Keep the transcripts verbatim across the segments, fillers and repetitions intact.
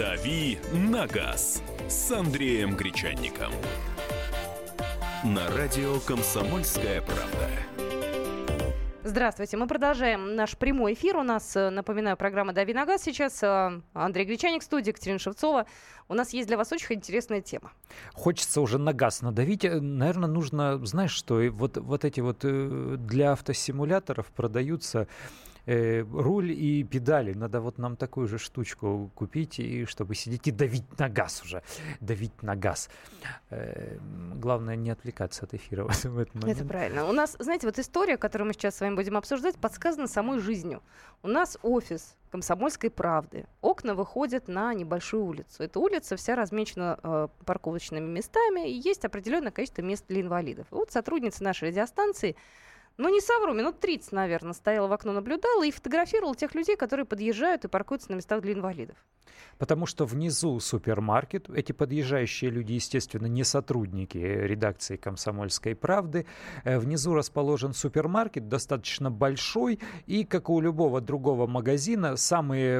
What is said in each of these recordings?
«Дави на газ» с Андреем Гречанником. На радио «Комсомольская правда». Здравствуйте. Мы продолжаем наш прямой эфир. У нас, напоминаю, программа «Дави на газ». Сейчас Андрей Гречанник в студии, Екатерина Шевцова. У нас есть для вас очень интересная тема. Хочется уже на газ надавить. Наверное, нужно, знаешь, что вот, вот эти вот для автосимуляторов продаются э, руль и педали. Надо вот нам такую же штучку купить, и чтобы сидеть и давить на газ уже. Давить на газ. Э, главное не отвлекаться от эфира в этот момент. Это правильно. У нас, знаете, вот история, которую мы сейчас с вами будем обсуждать, подсказана самой жизнью. У нас офис «Комсомольской правды». Окна выходят на небольшую улицу. Эта улица вся размечена э, парковочными местами, и есть определенное количество мест для инвалидов. И вот сотрудница нашей радиостанции, ну не совру, минут тридцать, наверное, стояла в окно, наблюдала и фотографировала тех людей, которые подъезжают и паркуются на местах для инвалидов. Потому что внизу супермаркет. Эти подъезжающие люди, естественно, не сотрудники редакции «Комсомольской правды». Внизу расположен супермаркет, достаточно большой. И, как у любого другого магазина, самые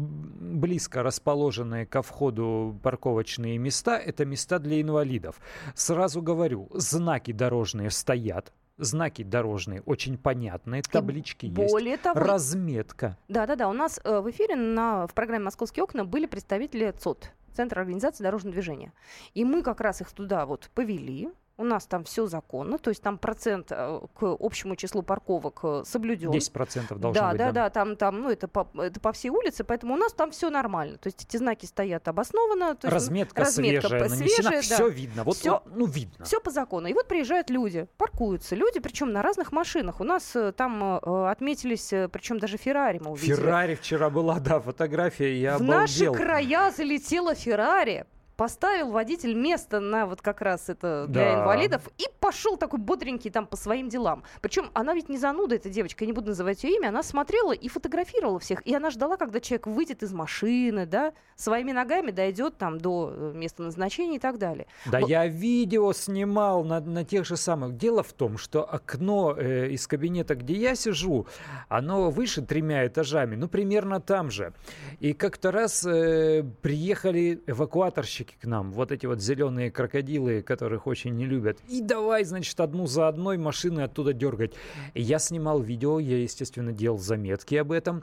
близко расположенные ко входу парковочные места – это места для инвалидов. Сразу говорю, знаки дорожные стоят. Знаки дорожные очень понятные, таблички есть, более того, разметка. Да-да-да, у нас э, в эфире на, в программе «Московские окна» были представители ЦОД, Центра организации дорожного движения. И мы как раз их туда вот повели. У нас там все законно, то есть там процент э, к общему числу парковок э, соблюден. десять процентов должно да, быть, да. Да, да, там, там, ну, это по, это по всей улице, поэтому у нас там все нормально. То есть эти знаки стоят обоснованно. То есть, разметка, разметка свежая, свежая, нанесена, да. все видно. Вот, все, ну, видно. Все по закону. И вот приезжают люди, паркуются люди, причем на разных машинах. У нас э, там э, отметились, э, причем даже Феррари мы увидели. Феррари вчера была, да, фотография, я В обалдел. наши края залетела Феррари. Поставил водитель место на вот как раз это для да. инвалидов и пошел такой бодренький там по своим делам. Причем она ведь не зануда, эта девочка, я не буду называть ее имя, она смотрела и фотографировала всех. И она ждала, когда человек выйдет из машины, да, своими ногами дойдет там до места назначения и так далее. Да, вот. Я видео снимал на, на тех же самых. Дело в том, что окно э, из кабинета, где я сижу, оно выше тремя этажами, ну, примерно там же. И как-то раз э, приехали эвакуаторщики к нам, вот эти вот зеленые крокодилы, которых очень не любят. И давай, значит, одну за одной машины оттуда дергать. Я снимал видео, я, естественно, делал заметки об этом.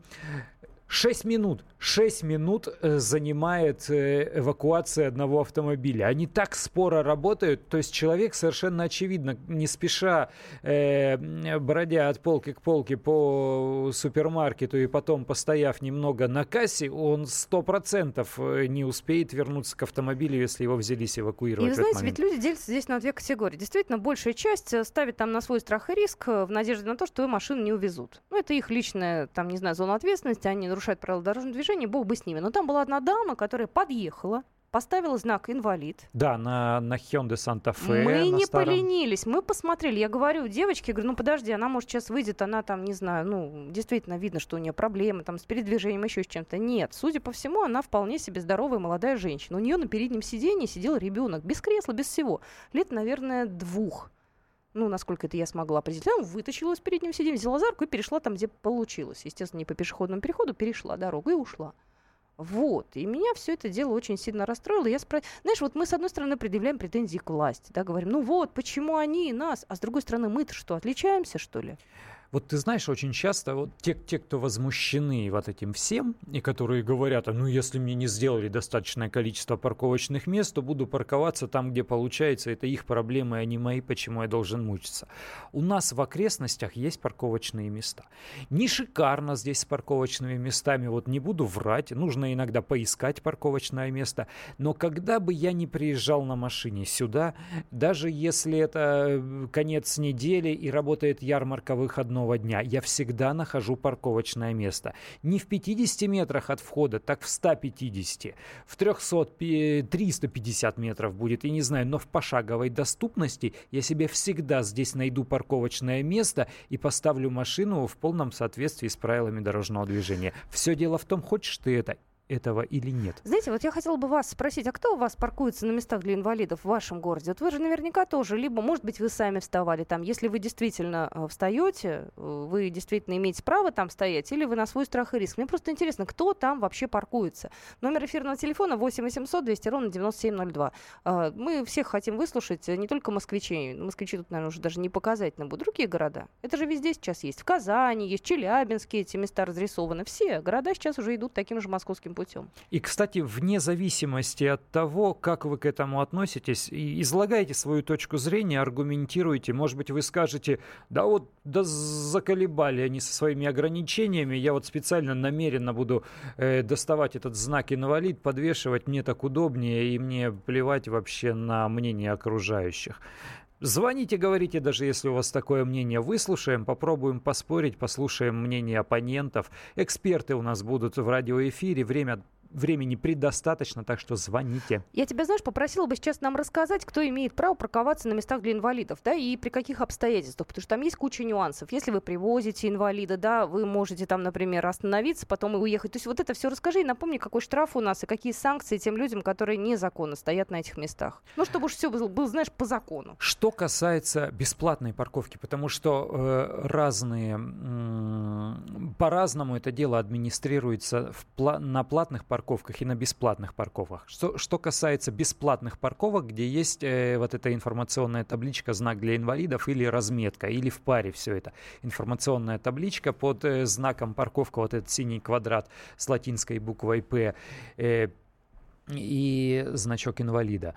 Шесть минут. Шесть минут занимает эвакуация одного автомобиля. Они так споро работают, то есть человек совершенно очевидно, не спеша, э, бродя от полки к полке по супермаркету и потом постояв немного на кассе, он сто процентов не успеет вернуться к автомобилю, если его взялись эвакуировать. И вы знаете, ведь люди делятся здесь на две категории. Действительно, большая часть ставит там на свой страх и риск в надежде на то, что машину не увезут. Ну, это их личная, там, не знаю, зона ответственности, они нарушают правила дорожного движения, бог бы с ними. Но там была одна дама, которая подъехала, поставила знак «инвалид». Да, на, на Hyundai Santa Fe. Мы не старом... поленились, мы посмотрели. Я говорю девочке, я говорю, ну подожди, она, может, сейчас выйдет, она там, не знаю, ну, действительно видно, что у нее проблемы там с передвижением, еще с чем-то. Нет, судя по всему, она вполне себе здоровая молодая женщина. У нее на переднем сиденье сидел ребенок, без кресла, без всего. Лет, наверное, двух. Ну, насколько это я смогла определить. Она вытащила из переднего сиденья, взяла за руку и перешла там, где получилось. Естественно, не по пешеходному переходу, перешла дорогу и ушла. Вот. И меня все это дело очень сильно расстроило. Я спро... Знаешь, вот мы, с одной стороны, предъявляем претензии к власти, да, говорим, ну вот, почему они нас, а с другой стороны, мы-то что, отличаемся, что ли? Вот ты знаешь, очень часто вот те, те, кто возмущены вот этим всем, и которые говорят, ну если мне не сделали достаточное количество парковочных мест, то буду парковаться там, где получается, это их проблемы, а не мои, почему я должен мучиться. У нас в окрестностях есть парковочные места. Не шикарно здесь с парковочными местами, вот не буду врать, нужно иногда поискать парковочное место, но когда бы я не приезжал на машине сюда, даже если это конец недели и работает ярмарка выходного дня, я всегда нахожу парковочное место. Не в пятидесяти метрах от входа, так в ста пятидесяти. В триста, триста пятьдесят метров будет, я не знаю, но в пошаговой доступности я себе всегда здесь найду парковочное место и поставлю машину в полном соответствии с правилами дорожного движения. Все дело в том, хочешь ты это этого или нет. Знаете, вот я хотела бы вас спросить, а кто у вас паркуется на местах для инвалидов в вашем городе? Вот вы же наверняка тоже, либо, может быть, вы сами вставали там. Если вы действительно э, встаете, э, вы действительно имеете право там стоять, или вы на свой страх и риск. Мне просто интересно, кто там вообще паркуется. Номер эфирного телефона восемь восемьсот двести ровно девяносто семь ноль два. Э, мы всех хотим выслушать, не только москвичей. Москвичи тут, наверное, уже даже не показательно будут. Другие города. Это же везде сейчас есть. В Казани есть, в Челябинске эти места разрисованы. Все города сейчас уже идут таким же московским путем. И, кстати, вне зависимости от того, как вы к этому относитесь, излагайте свою точку зрения, аргументируйте. Может быть, вы скажете, да вот, да заколебали они со своими ограничениями, я вот специально намеренно буду э, доставать этот знак инвалид, подвешивать, мне так удобнее, и мне плевать вообще на мнение окружающих. Звоните, говорите, даже если у вас такое мнение, выслушаем, попробуем поспорить, послушаем мнение оппонентов. Эксперты у нас будут в радиоэфире, время... Времени предостаточно, так что звоните. Я тебя, знаешь, попросила бы сейчас нам рассказать, кто имеет право парковаться на местах для инвалидов, да, и при каких обстоятельствах, потому что там есть куча нюансов. Если вы привозите инвалида, да, вы можете там, например, остановиться, потом и уехать. То есть вот это все расскажи и напомни, какой штраф у нас и какие санкции тем людям, которые незаконно стоят на этих местах. Ну, чтобы уж все было, было, знаешь, по закону. Что касается бесплатной парковки, потому что э, разные, э, по-разному это дело администрируется в пла- на платных парковках, парковках и на бесплатных парковках. Что, что касается бесплатных парковок, где есть э, вот эта информационная табличка «Знак для инвалидов» или разметка, или в паре все это. Информационная табличка под э, знаком «Парковка», вот этот синий квадрат с латинской буквой «П» э, и значок инвалида.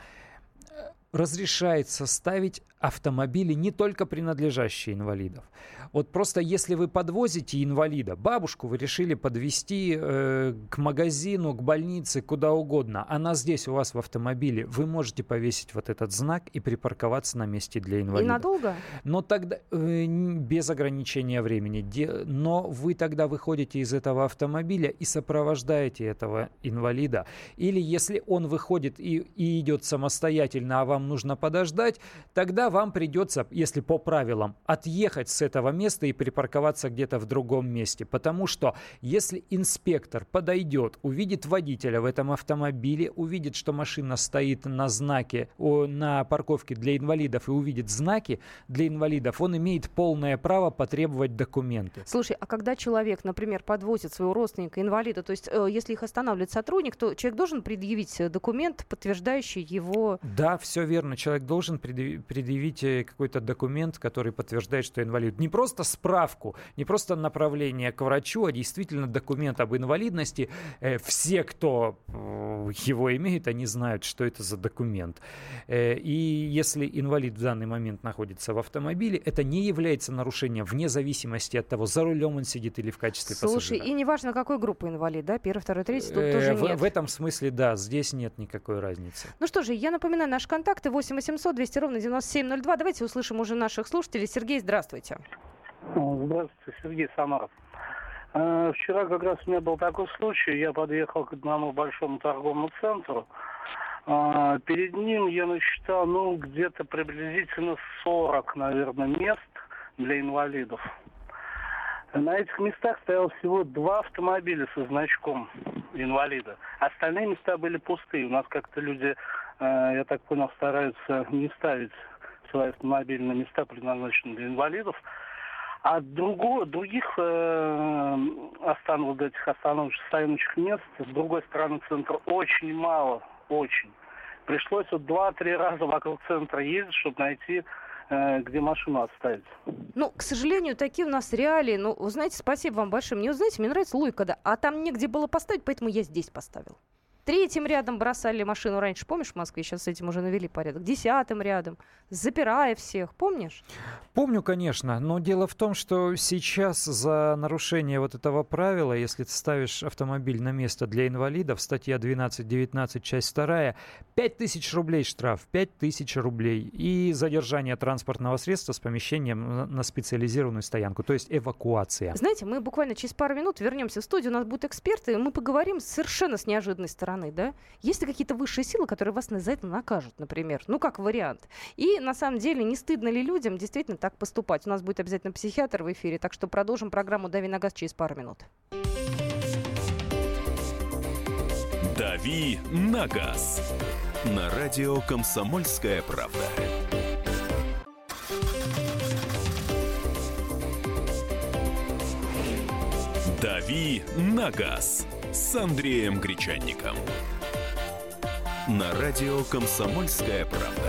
Разрешается ставить автомобили, не только принадлежащие инвалидам. Вот просто если вы подвозите инвалида, бабушку вы решили подвезти э, к магазину, к больнице, куда угодно, она здесь у вас в автомобиле, вы можете повесить вот этот знак и припарковаться на месте для инвалидов. И надолго? Но тогда э, без ограничения времени. Де, но вы тогда выходите из этого автомобиля и сопровождаете этого инвалида. Или если он выходит и, и идет самостоятельно, а вам нужно подождать, тогда вам придется, если по правилам, отъехать с этого места и припарковаться где-то в другом месте. Потому что если инспектор подойдет, увидит водителя в этом автомобиле, увидит, что машина стоит на знаке, о, на парковке для инвалидов и увидит знаки для инвалидов, он имеет полное право потребовать документы. Слушай, а когда человек, например, подвозит своего родственника инвалида, то есть э, если их останавливает сотрудник, то человек должен предъявить документ, подтверждающий его... Да, все верно. Человек должен предъявить какой-то документ, который подтверждает, что инвалид. Не просто справку, не просто направление к врачу, а действительно документ об инвалидности. Все, кто его имеет, они знают, что это за документ. И если инвалид в данный момент находится в автомобиле, это не является нарушением вне зависимости от того, за рулем он сидит или в качестве Слушай, пассажира. Слушай, и неважно, какой группы инвалид, да, первый, второй, третий, тут тоже в, нет. В этом смысле, да, здесь нет никакой разницы. Ну что же, я напоминаю, наши контакты восемь восемьсот двести ровно девяносто семь ноль два. Давайте услышим уже наших слушателей. Сергей, здравствуйте. Здравствуйте, Сергей Самаров. Вчера как раз у меня был такой случай. Я подъехал к одному большому торговому центру. Перед ним я насчитал, ну, где-то приблизительно сорок, наверное, мест для инвалидов. На этих местах стояло всего два автомобиля со значком инвалида. Остальные места были пустые. У нас как-то люди, я так понял, стараются не ставить свои автомобили на места, предназначенные для инвалидов. А друго, других э, останов, вот этих остановочных стояночных мест с другой стороны центра очень мало, очень. Пришлось вот два-три раза вокруг центра ездить, чтобы найти, э, где машину оставить. Ну, к сожалению, такие у нас реалии. Ну, вы знаете, спасибо вам большое. Мне, знаете, мне нравится логика, да. А там негде было поставить, поэтому я здесь поставил. Третьим рядом бросали машину раньше, помнишь, в Москве? Сейчас с этим уже навели порядок. Десятым рядом, запирая всех, помнишь? Помню, конечно, но дело в том, что сейчас за нарушение вот этого правила, если ты ставишь автомобиль на место для инвалидов, статья двенадцать девятнадцать, часть вторая, пять тысяч рублей штраф, пять тысяч рублей и задержание транспортного средства с помещением на специализированную стоянку, то есть эвакуация. Знаете, мы буквально через пару минут вернемся в студию, у нас будут эксперты, и мы поговорим совершенно с неожиданной стороны. Да? Есть ли какие-то высшие силы, которые вас за это накажут, например? Ну, как вариант. И, на самом деле, не стыдно ли людям действительно так поступать? У нас будет обязательно психиатр в эфире, так что продолжим программу «Дави на газ» через пару минут. «Дави на газ» на радио «Комсомольская правда». «Дави на газ» с Андреем Гречанником. На радио «Комсомольская правда».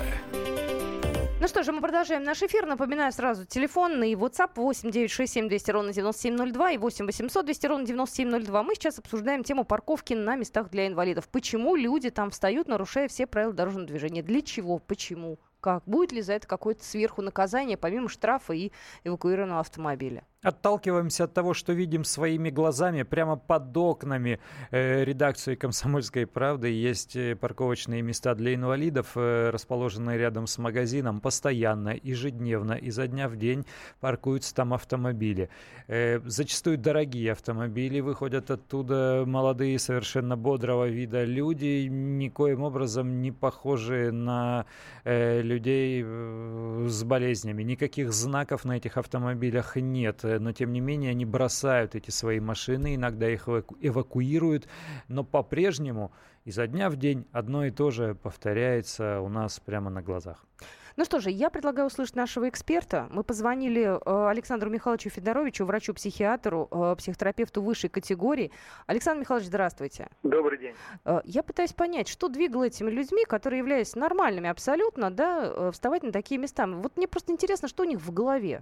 Ну что же, мы продолжаем наш эфир. Напоминаю сразу, телефонный WhatsApp восемь девятьсот шестьдесят семь двести ровно девяносто семь ноль два и восемь восемьсот двести ровно девяносто семь ноль два. Мы сейчас обсуждаем тему парковки на местах для инвалидов. Почему люди там встают, нарушая все правила дорожного движения? Для чего? Почему? Как? Будет ли за это какое-то сверху наказание, помимо штрафа и эвакуированного автомобиля? Отталкиваемся от того, что видим своими глазами. Прямо под окнами э, редакции «Комсомольской правды» есть парковочные места для инвалидов, э, расположенные рядом с магазином. Постоянно, ежедневно, изо дня в день паркуются там автомобили. Э, зачастую дорогие автомобили, выходят оттуда молодые, совершенно бодрого вида люди, никоим образом не похожие на э, людей э, с болезнями. Никаких знаков на этих автомобилях нет. Но, тем не менее, они бросают эти свои машины, иногда их эваку- эвакуируют, но по-прежнему изо дня в день одно и то же повторяется у нас прямо на глазах. Ну что же, я предлагаю услышать нашего эксперта. Мы позвонили э, Александру Михайловичу Федоровичу, врачу-психиатру, э, психотерапевту высшей категории. Александр Михайлович, здравствуйте. Добрый день. Э, я пытаюсь понять, что двигало этими людьми, которые являются нормальными абсолютно, да, э, вставать на такие места. Вот мне просто интересно, что у них в голове.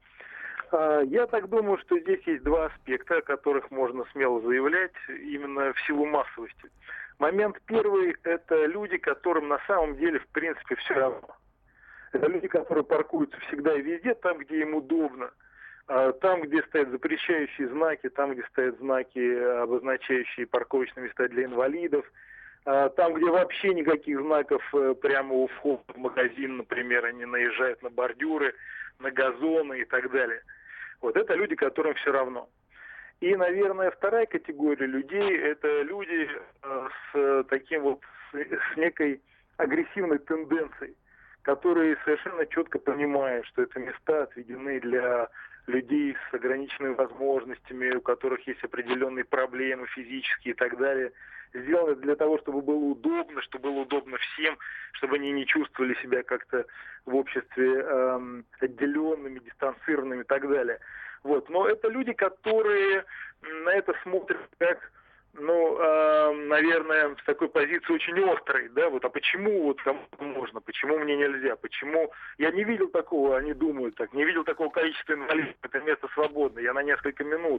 Я так думаю, что здесь есть два аспекта, о которых можно смело заявлять именно в силу массовости. Момент первый – это люди, которым на самом деле, в принципе, все равно. Это люди, которые паркуются всегда и везде, там, где им удобно. Там, где стоят запрещающие знаки, там, где стоят знаки, обозначающие парковочные места для инвалидов. Там, где вообще никаких знаков прямо у входа в магазин, например, они наезжают на бордюры, на газоны и так далее. Вот это люди, которым все равно. И, наверное, вторая категория людей – это люди э, с таким вот, с, с некой агрессивной тенденцией, которые совершенно четко понимают, что это места отведены для людей с ограниченными возможностями, у которых есть определенные проблемы физические и так далее. Сделаны для того, чтобы было удобно, чтобы было удобно всем, чтобы они не чувствовали себя как-то в обществе эм, отделенными, дистанцированными и так далее. Вот. Но это люди, которые на это смотрят как, ну, э, наверное, с такой позиции очень острой, да, вот, а почему вот кому-то можно, почему мне нельзя, почему... Я не видел такого, они думают так, не видел такого количества инвалидов, это место свободно, я на несколько минут,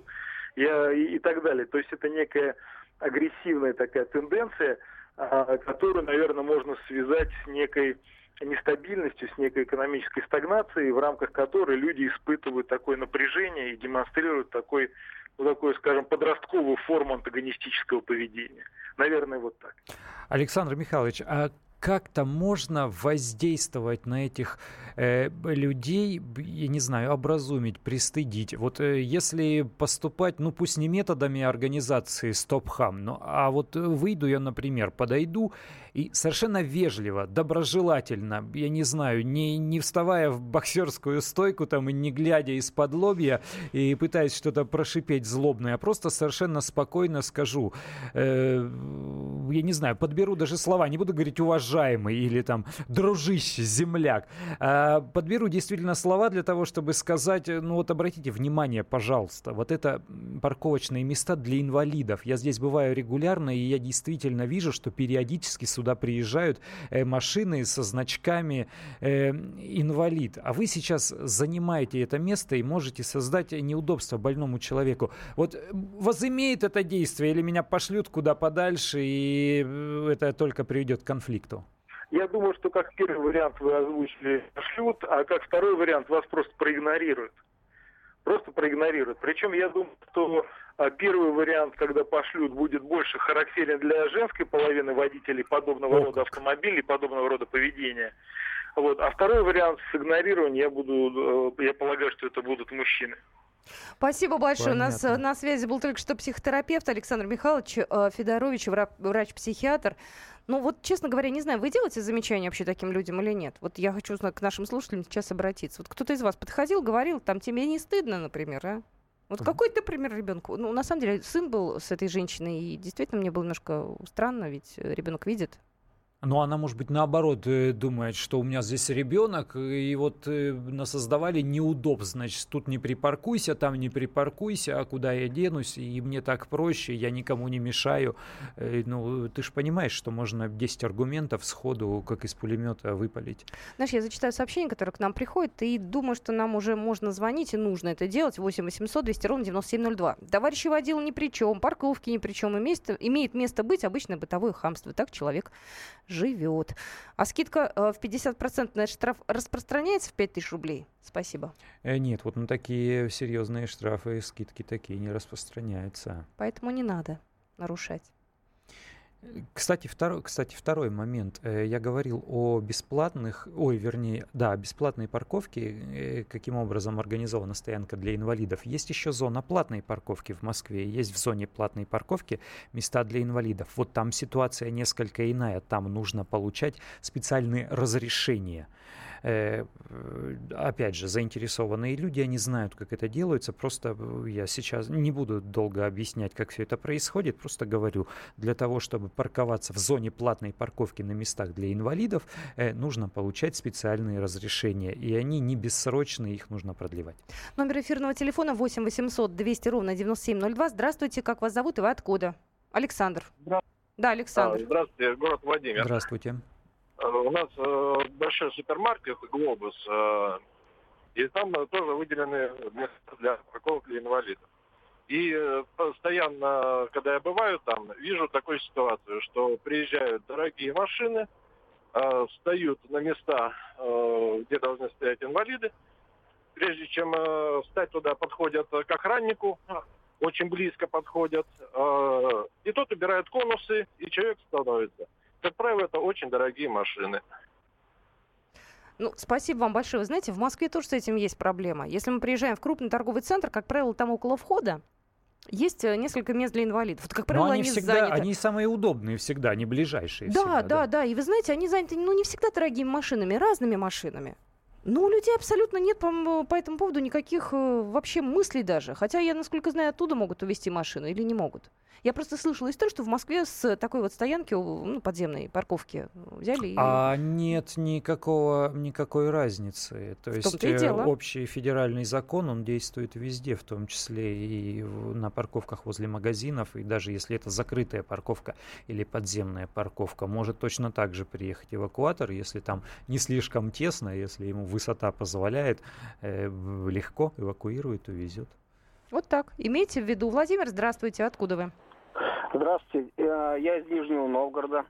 я и, и так далее. То есть это некая агрессивная такая тенденция, э, которую, наверное, можно связать с некой нестабильностью, с некой экономической стагнацией, в рамках которой люди испытывают такое напряжение и демонстрируют такой, ну, такую, скажем, подростковую форму антагонистического поведения. Наверное, вот так. Александр Михайлович, а как-то можно воздействовать на этих э, людей, я не знаю, образумить, пристыдить? Вот э, если поступать, ну пусть не методами организации «Стоп-хам», но, а вот выйду я, например, подойду и совершенно вежливо, доброжелательно, я не знаю, не, не вставая в боксерскую стойку там и не глядя из-под лобья и пытаясь что-то прошипеть злобное, а просто совершенно спокойно скажу, э, я не знаю, подберу даже слова, не буду говорить «уважаемый» или там «дружище», «земляк», а подберу действительно слова для того, чтобы сказать, ну вот обратите внимание, пожалуйста, вот это парковочные места для инвалидов. Я здесь бываю регулярно, и я действительно вижу, что периодически сюда приезжают э, машины со значками э, «инвалид». А вы сейчас занимаете это место и можете создать неудобство больному человеку. Вот возымеет это действие или меня пошлют куда подальше, и это только приведет к конфликту? Я думаю, что как первый вариант вы озвучили, пошлют, а как второй вариант вас просто проигнорируют. Просто проигнорируют. Причем я думаю, что первый вариант, когда пошлют, будет больше характерен для женской половины водителей подобного рода автомобилей, подобного рода поведения. Вот. А второй вариант с игнорированием, я буду, я полагаю, что это будут мужчины. Спасибо большое. Понятно. У нас э, на связи был только что психотерапевт Александр Михайлович э, Федорович, вра- врач-психиатр. Ну вот, честно говоря, не знаю, вы делаете замечания вообще таким людям или нет? Вот я хочу к нашим слушателям сейчас обратиться. Вот кто-то из вас подходил, говорил, там тебе не стыдно, например, а? Вот какой ты пример ребенку? Ну, на самом деле, сын был с этой женщиной, и действительно мне было немножко странно, ведь ребенок видит. Ну, она, может быть, наоборот думает, что у меня здесь ребенок, и вот насоздавали неудобств. Значит, тут не припаркуйся, там не припаркуйся, а куда я денусь, и мне так проще, я никому не мешаю. Ну, ты же понимаешь, что можно десять аргументов сходу, как из пулемета, выпалить. Знаешь, я зачитаю сообщение, которое к нам приходит, и думаю, что нам уже можно звонить, и нужно это делать. восемь восемьсот двести ровно девяносто семь ноль два. Товарищи водила ни при чем, парковки ни при чем, и место, имеет место быть обычное бытовое хамство. Так человек живет. А скидка э, в пятьдесят процентов на штраф распространяется в пять тысяч рублей? Спасибо. Э, нет, вот на такие серьезные штрафы скидки такие не распространяются. Поэтому не надо нарушать. Кстати, второй, кстати, второй момент. Я говорил о бесплатных, ой, вернее, да, бесплатной парковке, каким образом организована стоянка для инвалидов. Есть еще зона платной парковки в Москве. Есть в зоне платной парковки места для инвалидов. Вот там ситуация несколько иная. Там нужно получать специальные разрешения. Опять же, заинтересованные люди, они знают, как это делается. Просто я сейчас не буду долго объяснять, как все это происходит. Просто говорю, для того, чтобы парковаться в зоне платной парковки на местах для инвалидов, нужно получать специальные разрешения. И они не бессрочные, их нужно продлевать. Номер эфирного телефона восемь восемьсот двести ровно девяносто семь ноль два. Здравствуйте, как вас зовут и вы откуда? Александр. Да, Александр. А, здравствуйте, город Владимир. Здравствуйте. У нас э, большой супермаркет «Глобус», э, и там э, тоже выделены места для парковок для инвалидов. И э, постоянно, когда я бываю там, вижу такую ситуацию, что приезжают дорогие машины, э, встают на места, э, где должны стоять инвалиды. Прежде чем э, встать туда, подходят к охраннику, очень близко подходят, э, и тот убирает конусы, и человек становится. Как правило, это очень дорогие машины. Ну, спасибо вам большое. Вы знаете, в Москве тоже с этим есть проблема. Если мы приезжаем в крупный торговый центр, как правило, там около входа есть несколько мест для инвалидов. Вот, как правило, Но они, они всегда, заняты. Они самые удобные всегда, они ближайшие. Да, всегда, да, да, да. И вы знаете, они заняты, ну, не всегда дорогими машинами, разными машинами. Но у людей абсолютно нет по, по этому поводу никаких э, вообще мыслей даже. Хотя, я, насколько знаю, оттуда могут увезти машину или не могут. Я просто слышала историю, что в Москве с такой вот стоянки, ну, подземной парковки взяли и... А нет никакого, никакой разницы. То есть и дело. Общий федеральный закон, он действует везде, в том числе и на парковках возле магазинов. И даже если это закрытая парковка или подземная парковка, может точно так же приехать эвакуатор, если там не слишком тесно, если ему высота позволяет, э, легко эвакуирует, увезет. Вот так. Имейте в виду. Владимир, здравствуйте. Откуда вы? Здравствуйте. Я из Нижнего Новгорода.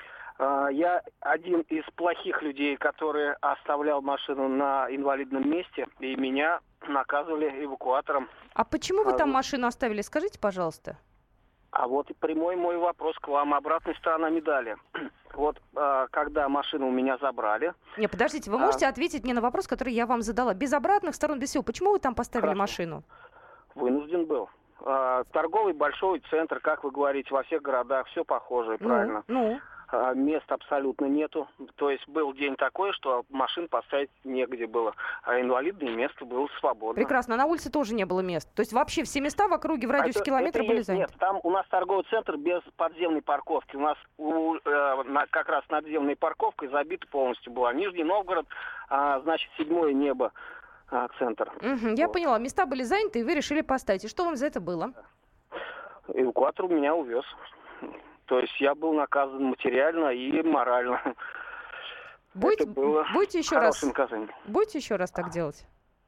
Я один из плохих людей, который оставлял машину на инвалидном месте, и меня наказывали эвакуатором. А почему вы А, там машину оставили? Скажите, пожалуйста. А вот прямой мой вопрос к вам. Обратная сторона медали. Вот когда машину у меня забрали... Не, подождите, вы можете а... ответить мне на вопрос, который я вам задала? Без обратных сторон, без всего. Почему вы там поставили Хорошо. машину? Вынужден был. Торговый большой центр, как вы говорите, во всех городах, все похоже, ну, правильно. Ну. Мест абсолютно нету. То есть был день такой, что машин поставить негде было, а инвалидное место было свободно. Прекрасно. А на улице тоже не было мест. То есть вообще все места в округе в радиусе это, километра это были есть, заняты? Нет, там у нас торговый центр без подземной парковки. У нас у, э, на, как раз надземной парковкой забита полностью была. Нижний Новгород, а, значит, седьмое небо. А, центр. Угу, я вот. поняла. Места были заняты, и вы решили поставить. И что вам за это было? Эвакуатор меня увез. То есть я был наказан материально и морально. Будете, это было будете еще раз, наказание. Будете еще раз так делать?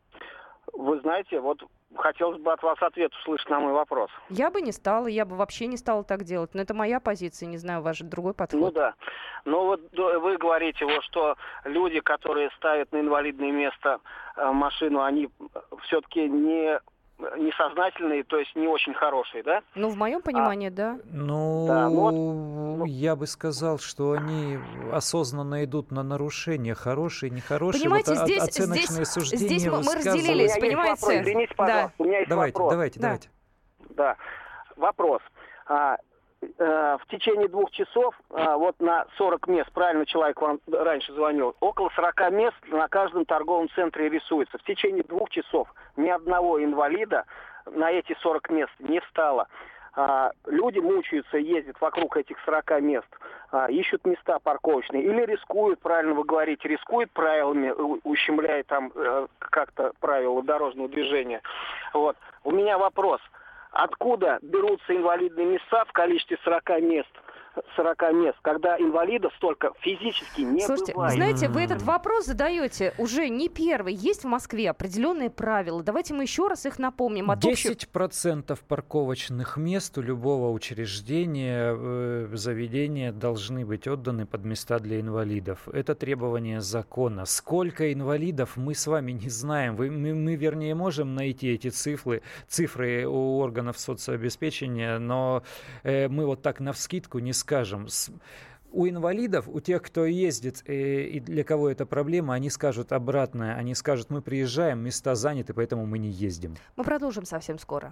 Вы знаете, вот хотелось бы от вас ответ услышать на мой вопрос. Я бы не стала, я бы вообще не стала так делать. Но это моя позиция, не знаю, ваш другой подход. Ну да. Но вот вы говорите, вот, что люди, которые ставят на инвалидное место э, машину, они все-таки не... несознательные, то есть не очень хорошие, да? Ну, в моем понимании, а, да. Ну, да, вот, я бы сказал, что они осознанно идут на нарушения, хорошие, нехорошие. Понимаете, вот здесь, оценочные здесь, суждения здесь мы, мы разделились, понимаете? Вопрос, извините, пожалуйста, да. у меня есть давайте, вопрос. Давайте, да. давайте. Да, вопрос. А, в течение двух часов, вот на сорок мест, правильно человек вам раньше звонил, около сорок мест на каждом торговом центре рисуется. В течение двух часов ни одного инвалида на эти сорок мест не стало. А, люди мучаются, ездят вокруг этих сорока мест, а, ищут места парковочные. Или рискуют, правильно вы говорите, рискуют правилами, ущемляя там э, как-то правила дорожного движения. Вот. У меня вопрос. Откуда берутся инвалидные места в количестве сорока мест? сорока мест, когда инвалидов столько физически не Слушайте, бывает. знаете, вы этот вопрос задаете уже не первый. Есть в Москве определенные правила. Давайте мы еще раз их напомним. От десять процентов парковочных мест у любого учреждения, э, заведения должны быть отданы под места для инвалидов. Это требование закона. Сколько инвалидов, мы с вами не знаем. Вы, мы, мы, вернее, можем найти эти цифры, цифры у органов соцобеспечения, но э, мы вот так навскидку не скажем. У инвалидов, у тех, кто ездит э, и для кого это проблема, они скажут обратное. Они скажут, мы приезжаем, места заняты, поэтому мы не ездим. Мы продолжим совсем скоро.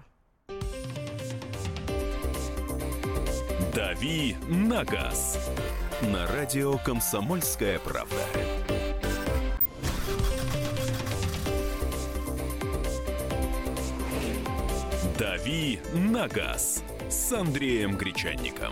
«Дави на газ» на радио «Комсомольская правда». «Дави на газ» с Андреем Гречанником.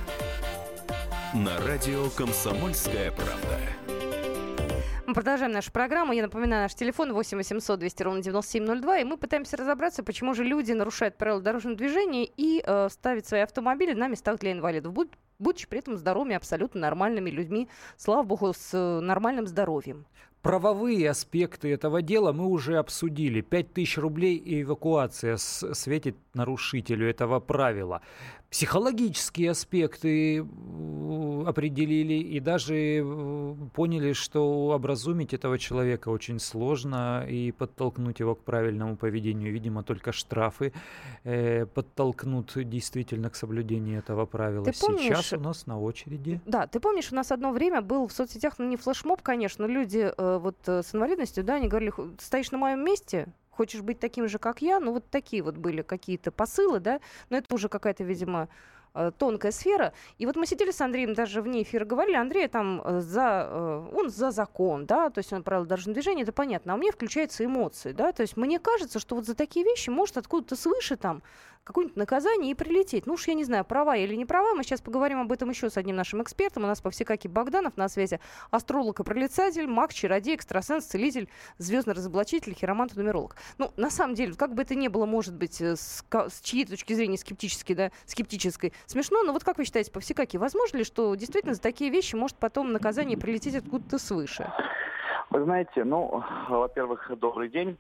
На радио «Комсомольская правда». Мы продолжаем нашу программу. Я напоминаю, наш телефон восемь восемьсот двести ровно девяносто семь ноль два. И мы пытаемся разобраться, почему же люди нарушают правила дорожного движения и э, ставят свои автомобили на местах для инвалидов, будь, будучи при этом здоровыми, абсолютно нормальными людьми, слава богу, с э, нормальным здоровьем. Правовые аспекты этого дела мы уже обсудили. пять тысяч рублей и эвакуация светит нарушителю этого правила. Психологические аспекты определили и даже поняли, что образумить этого человека очень сложно и подтолкнуть его к правильному поведению. Видимо, только штрафы э, подтолкнут действительно к соблюдению этого правила. Ты помнишь, сейчас у нас на очереди. Да, ты помнишь, у нас одно время был в соцсетях, ну не флешмоб, конечно, люди э, вот э, с инвалидностью, да, они говорили, стоишь на моем месте, хочешь быть таким же, как я? Ну, вот такие вот были какие-то посылы, да, но это уже какая-то, видимо, тонкая сфера. И вот мы сидели с Андреем даже вне эфира, говорили, Андрей там за, он за закон, да, то есть он правила дорожного движения, это понятно, а у меня включаются эмоции, да, то есть мне кажется, что вот за такие вещи может откуда-то свыше там какое-нибудь наказание и прилететь. Ну уж я не знаю, права или не права, мы сейчас поговорим об этом еще с одним нашим экспертом, у нас Повсекаки Богданов на связи, астролог и прорицатель, маг, чародей, экстрасенс, целитель, звездный разоблачитель, хиромант и нумеролог. Ну, на самом деле, как бы это ни было, может быть, с, с чьей точки зрения скептической, да, скептической, смешно, но вот как вы считаете, Повсекаки, возможно ли, что действительно за такие вещи может потом наказание прилететь откуда-то свыше? Вы знаете, ну, во-первых, добрый день.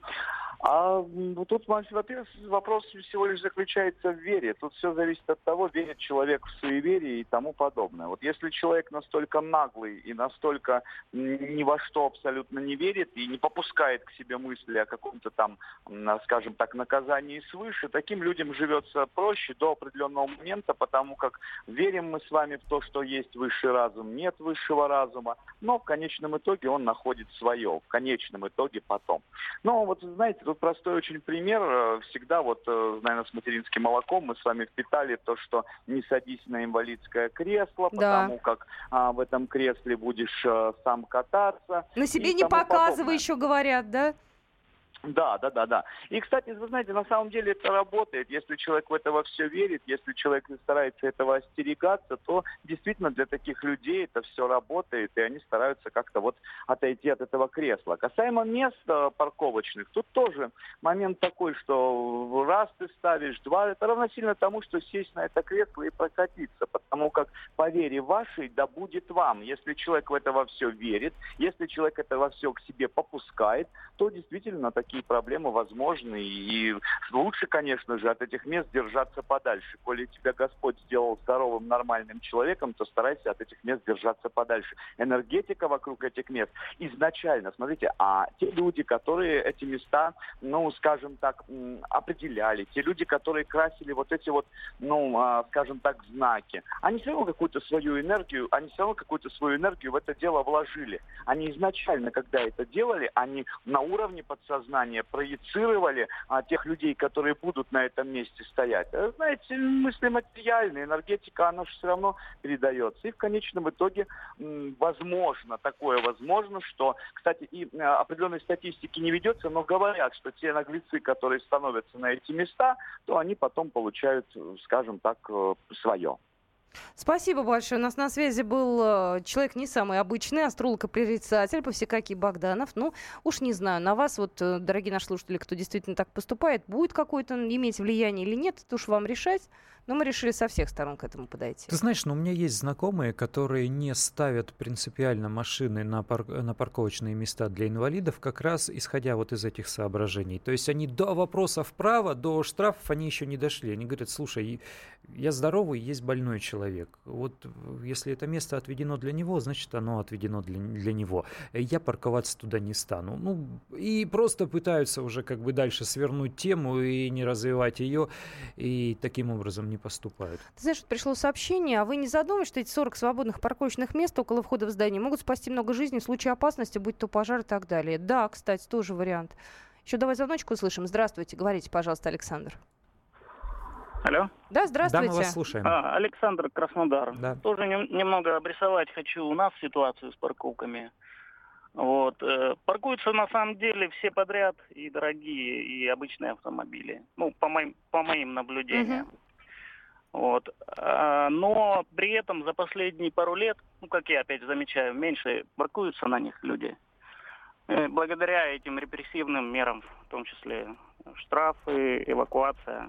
А тут, во-первых, вопрос всего лишь заключается в вере. Тут все зависит от того, верит человек в суеверие и тому подобное. Вот если человек настолько наглый и настолько ни во что абсолютно не верит и не попускает к себе мысли о каком-то там, скажем так, наказании свыше, таким людям живется проще до определенного момента, потому как верим мы с вами в то, что есть высший разум, нет высшего разума, но в конечном итоге он находит свое, в конечном итоге потом. Но вот, знаете, тут простой очень пример. Всегда вот, наверное, с материнским молоком мы с вами впитали то, что не садись на инвалидское кресло, да. потому как а, в этом кресле будешь а, сам кататься. На себе не показывай, еще говорят, да? Да, да, да, да. И, кстати, вы знаете, на самом деле это работает. Если человек в это во все верит, если человек старается этого остерегаться, то действительно для таких людей это все работает, и они стараются как-то вот отойти от этого кресла. Касаемо мест парковочных, тут тоже момент такой, что раз ты ставишь, два, это равносильно тому, что сесть на это кресло и прокатиться, потому как по вере вашей да будет вам. Если человек в это во все верит, если человек это во все к себе попускает, то действительно такие проблемы возможны, и лучше, конечно же, от этих мест держаться подальше. Коли тебя Господь сделал здоровым, нормальным человеком, то старайся от этих мест держаться подальше. Энергетика вокруг этих мест изначально, смотрите, а те люди, которые эти места, ну, скажем так, определяли, те люди, которые красили вот эти вот, ну, скажем так, знаки, они все равно какую-то свою энергию, они все равно какую-то свою энергию в это дело вложили. Они изначально, когда это делали, они на уровне подсознания здание, проецировали а, тех людей, которые будут на этом месте стоять. А, знаете, мысли материальные, энергетика, она же все равно передается. И в конечном итоге м, возможно, такое возможно, что, кстати, и а, определенной статистики не ведется, но говорят, что те наглецы, которые становятся на эти места, то они потом получают, скажем так, свое. Спасибо большое. У нас на связи был э, человек не самый обычный, астролог и прорицатель Повсекакий Богданов. Ну, уж не знаю, на вас, вот, э, дорогие наши слушатели, кто действительно так поступает, будет какое-то иметь влияние или нет, это уж вам решать. Но мы решили со всех сторон к этому подойти. Ты знаешь, ну, у меня есть знакомые, которые не ставят принципиально машины на, пар... на парковочные места для инвалидов, как раз исходя вот из этих соображений. То есть они до вопросов права, до штрафов они еще не дошли. Они говорят, слушай, я здоровый, есть больной человек. Вот если это место отведено для него, значит оно отведено для, для него. Я парковаться туда не стану. Ну, и просто пытаются уже как бы дальше свернуть тему и не развивать ее, и таким образом не поступают. Ты знаешь, вот пришло сообщение, а вы не задумываетесь, что эти сорок свободных парковочных мест около входа в здание могут спасти много жизней в случае опасности, будь то пожар и так далее? Да, кстати, тоже вариант. Еще давай звоночку услышим. Здравствуйте, говорите, пожалуйста, Александр. Алло? Да, здравствуйте. Да, мы вас слушаем. А, Александр, Краснодар. Да. Тоже не, немного обрисовать хочу у нас ситуацию с парковками. Вот. Э, паркуются на самом деле все подряд, и дорогие, и обычные автомобили. Ну, по моим, по моим наблюдениям. Uh-huh. Вот. А, но при этом за последние пару лет, ну, как я опять замечаю, меньше паркуются на них люди. Э, благодаря этим репрессивным мерам, в том числе штрафы, эвакуация.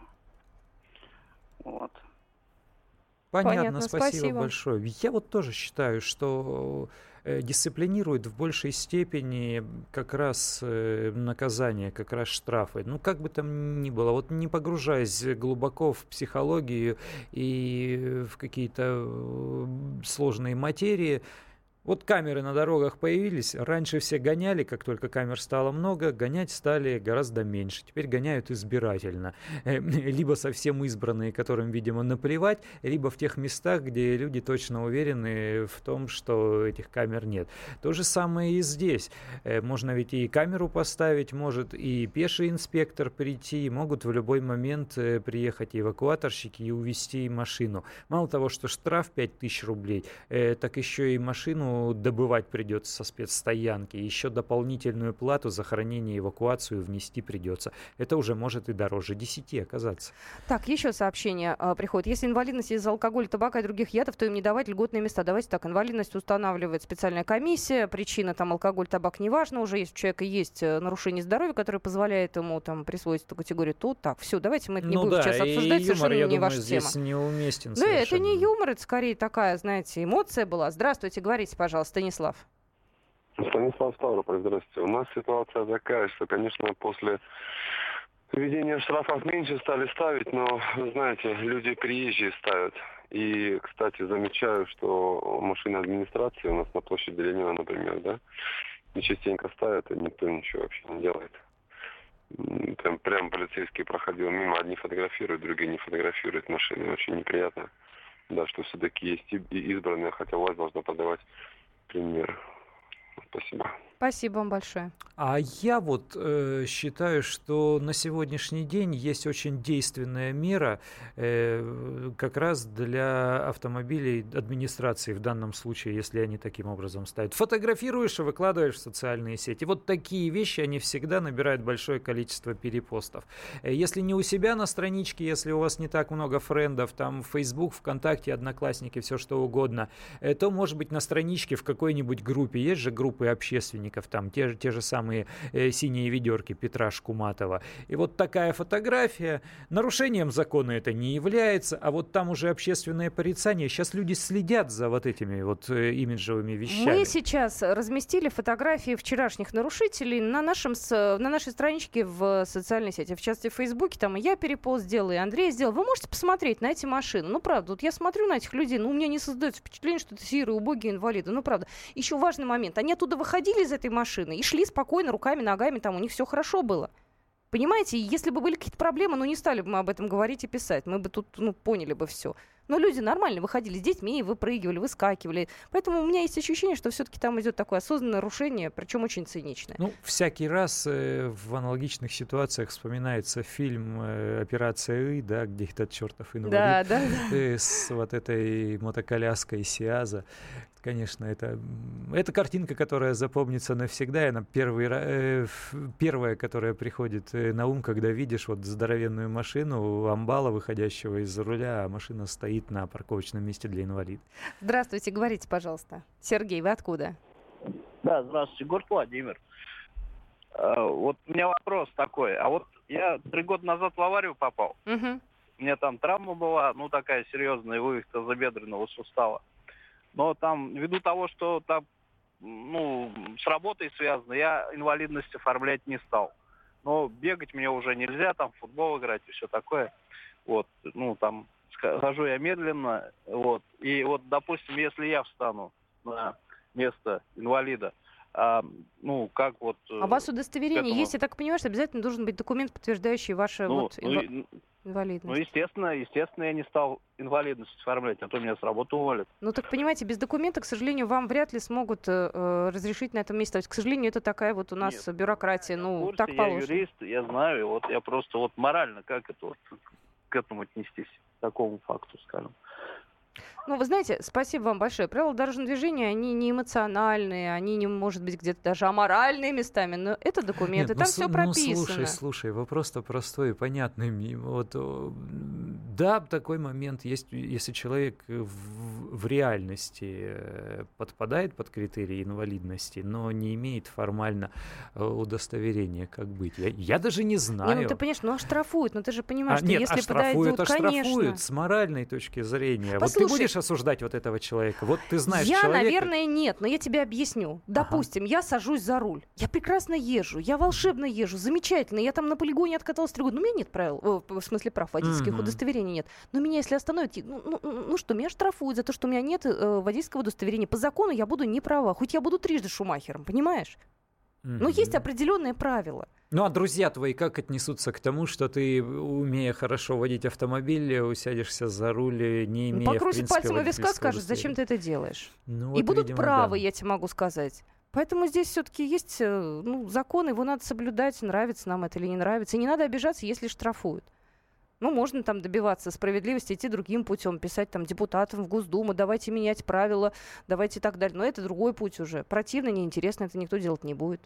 Вот. Понятно, Понятно, спасибо, спасибо большое. Я вот тоже считаю, что э, дисциплинирует в большей степени как раз э, наказание, как раз штрафы. Ну, как бы там ни было, вот не погружаясь глубоко в психологию и в какие-то сложные материи, вот камеры на дорогах появились, раньше все гоняли, как только камер стало много, гонять стали гораздо меньше. Теперь гоняют избирательно. Либо совсем избранные, которым, видимо, наплевать, либо в тех местах, где люди точно уверены в том, что этих камер нет. То же самое и здесь. Можно ведь и камеру поставить, может и пеший инспектор прийти, могут в любой момент приехать эвакуаторщики и увезти машину. Мало того, что штраф пять тысяч рублей, так еще и машину добывать придется со спецстоянки, еще дополнительную плату за хранение и эвакуацию внести придется. Это уже может и дороже десяти оказаться. Так, еще сообщение э, приходит. Если инвалидность из-за алкоголя, табака и других ядов, то им не давать льготные места. Давайте так, инвалидность устанавливает специальная комиссия, причина там алкоголь, табак, неважно уже, если у человека есть нарушение здоровья, которое позволяет ему там присвоить эту категорию, то так, все, давайте мы это не ну будем да, сейчас обсуждать, юмор, совершенно я не думаю, ваша здесь тема. неуместен Да, совершенно. это не юмор, это скорее такая, знаете, эмоция была. Здравствуйте, говорите, пожалуйста, Станислав. Станислав Ставрополь, здравствуйте. У нас ситуация такая, что, конечно, после введения штрафов меньше стали ставить, но, знаете, люди приезжие ставят. И, кстати, замечаю, что машины администрации у нас на площади Ленина, например, да, и частенько ставят, и никто ничего вообще не делает. Прям, прям полицейский проходил мимо, одни фотографируют, другие не фотографируют машины. Очень неприятно, да, что все-таки есть и избранные, хотя власть должна подавать пример. Спасибо. Спасибо вам большое. А я вот э, считаю, что на сегодняшний день есть очень действенная мера э, как раз для автомобилей администрации в данном случае, если они таким образом ставят. Фотографируешь и выкладываешь в социальные сети. Вот такие вещи, они всегда набирают большое количество перепостов. Если не у себя на страничке, если у вас не так много френдов, там Facebook, ВКонтакте, Одноклассники, все что угодно, то, может быть, на страничке в какой-нибудь группе, есть же группы общественников, там те же, те же самые э, синие ведерки Петра Шкуматова. И вот такая фотография, нарушением закона это не является, а вот там уже общественное порицание. Сейчас люди следят за вот этими вот э, имиджевыми вещами. Мы сейчас разместили фотографии вчерашних нарушителей на, нашем, на нашей страничке в социальной сети, в частности в Фейсбуке. Там и я перепост сделал, и Андрей сделал. Вы можете посмотреть на эти машины. Ну, правда, вот я смотрю на этих людей, ну, у меня не создается впечатление, что это серые, убогие инвалиды. Ну, правда. Еще важный момент. Они оттуда выходили из этой машины и шли спокойно руками, ногами, там у них все хорошо было. Понимаете, если бы были какие-то проблемы, ну не стали бы мы об этом говорить и писать. Мы бы тут, ну, поняли бы все. Но люди нормально выходили с детьми, выпрыгивали, выскакивали. Поэтому у меня есть ощущение, что все-таки там идет такое осознанное нарушение, причем очень циничное. Ну, всякий раз э, в аналогичных ситуациях вспоминается фильм э, «Операция И», да, где этот чертов инвалид да, да, да. Э, с вот этой мотоколяской Сиаза. Конечно, это, это картинка, которая запомнится навсегда. И она первый, э, первая, которая приходит на ум, когда видишь вот здоровенную машину амбала, выходящего из-за руля, а машина стоит на парковочном месте для инвалидов. Здравствуйте, говорите, пожалуйста. Сергей, вы откуда? Да, здравствуйте, город Владимир. А, вот у меня вопрос такой. А вот я три года назад в аварию попал. Угу. У меня там травма была, ну такая серьезная, вывих тазобедренного сустава. Но там, ввиду того, что там, ну, с работой связано, я инвалидность оформлять не стал. Но бегать мне уже нельзя, там в футбол играть и все такое. Вот, ну, там хожу я медленно, вот. И вот, допустим, если я встану на место инвалида, а, ну, как вот... А у вас удостоверение этому... есть, я так понимаю, что обязательно должен быть документ, подтверждающий вашу ну, вот, инва... ну, инвалидность. Ну, естественно, естественно, я не стал инвалидность оформлять, а то меня с работы уволят. Ну, так понимаете, без документа, к сожалению, вам вряд ли смогут э, разрешить на этом месте. То есть, к сожалению, это такая вот у нас Нет, бюрократия. Ну, курсе, так положено. Я юрист, я знаю, и вот я просто вот морально, как это вот, к этому отнестись, к такому факту, скажем. Ну, вы знаете, спасибо вам большое. Правила дорожного движения, они не эмоциональные, они не, может быть, где-то даже аморальные местами, но это документы, Нет, там ну, все ну, прописано. Слушай, слушай, вопрос-то простой и понятный. Вот, да, такой момент есть, если человек в, в реальности подпадает под критерии инвалидности, но не имеет формально удостоверения, как быть. Я, я даже не знаю. Не, ну ты понимаешь, ну оштрафуют, но ты же понимаешь, а, что нет, если оштрафуют, подойдут, оштрафуют конечно. с моральной точки зрения. Послушай, вот ты будешь осуждать вот этого человека? Вот ты знаешь я, человека... наверное, нет, но я тебе объясню. Допустим, ага. я сажусь за руль. Я прекрасно езжу, я волшебно езжу, замечательно. Я там на полигоне откаталась три года. Но у меня нет правил, о, в смысле прав водительских, mm-hmm. удостоверений нет. Но меня, если остановят, ну, ну, ну что, меня штрафуют за то, что у меня нет э, водительского удостоверения. По закону я буду не права, хоть я буду трижды шумахером, понимаешь? Mm-hmm. Но есть определенные правила. Ну, а друзья твои как отнесутся к тому, что ты, умея хорошо водить автомобиль, усядешься за руль, не имея, ну, покрутят в принципе, пальцем у виска, скажут, зачем ты это делаешь? Ну, и вот, будут видимо, правы, да. я тебе могу сказать. Поэтому здесь все-таки есть ну, закон, его надо соблюдать, нравится нам это или не нравится. И не надо обижаться, если штрафуют. Ну, можно там добиваться справедливости, идти другим путем, писать там депутатам в Госдуму, давайте менять правила, давайте и так далее. Но это другой путь уже. Противно, неинтересно, это никто делать не будет.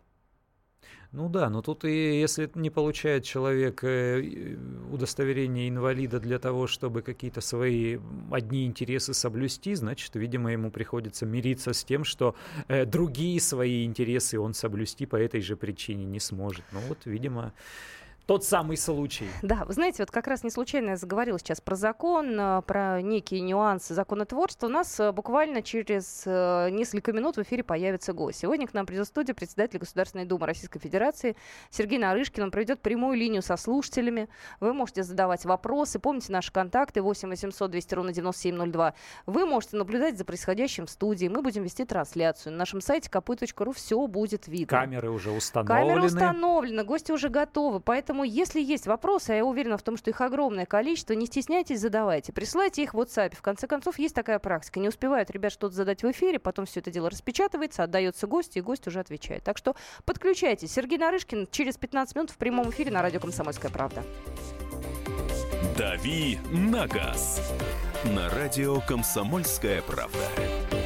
Ну да, но тут и если не получает человек удостоверение инвалида для того, чтобы какие-то свои одни интересы соблюсти, значит, видимо, ему приходится мириться с тем, что э, другие свои интересы он соблюсти по этой же причине не сможет. Ну вот, видимо... Тот самый случай. Да, вы знаете, вот как раз не случайно я заговорила сейчас про закон, про некие нюансы законотворчества. У нас буквально через несколько минут в эфире появится гость. Сегодня к нам придет в студию председатель Государственной Думы Российской Федерации Сергей Нарышкин. Он проведет прямую линию со слушателями. Вы можете задавать вопросы. Помните наши контакты восемь восемьсот двести ровно девяносто семь ноль два. Вы можете наблюдать за происходящим в студии. Мы будем вести трансляцию. На нашем сайте ка пэ точка ру все будет видно. Камеры уже установлены. Камеры установлены, гости уже готовы. Поэтому если есть вопросы, а я уверена в том, что их огромное количество, не стесняйтесь, задавайте. Присылайте их в WhatsApp. В конце концов, есть такая практика. Не успевают ребят что-то задать в эфире, потом все это дело распечатывается, отдается гостю, и гость уже отвечает. Так что подключайтесь. Сергей Нарышкин через пятнадцать минут в прямом эфире на радио «Комсомольская правда». «Дави на газ» на радио «Комсомольская правда».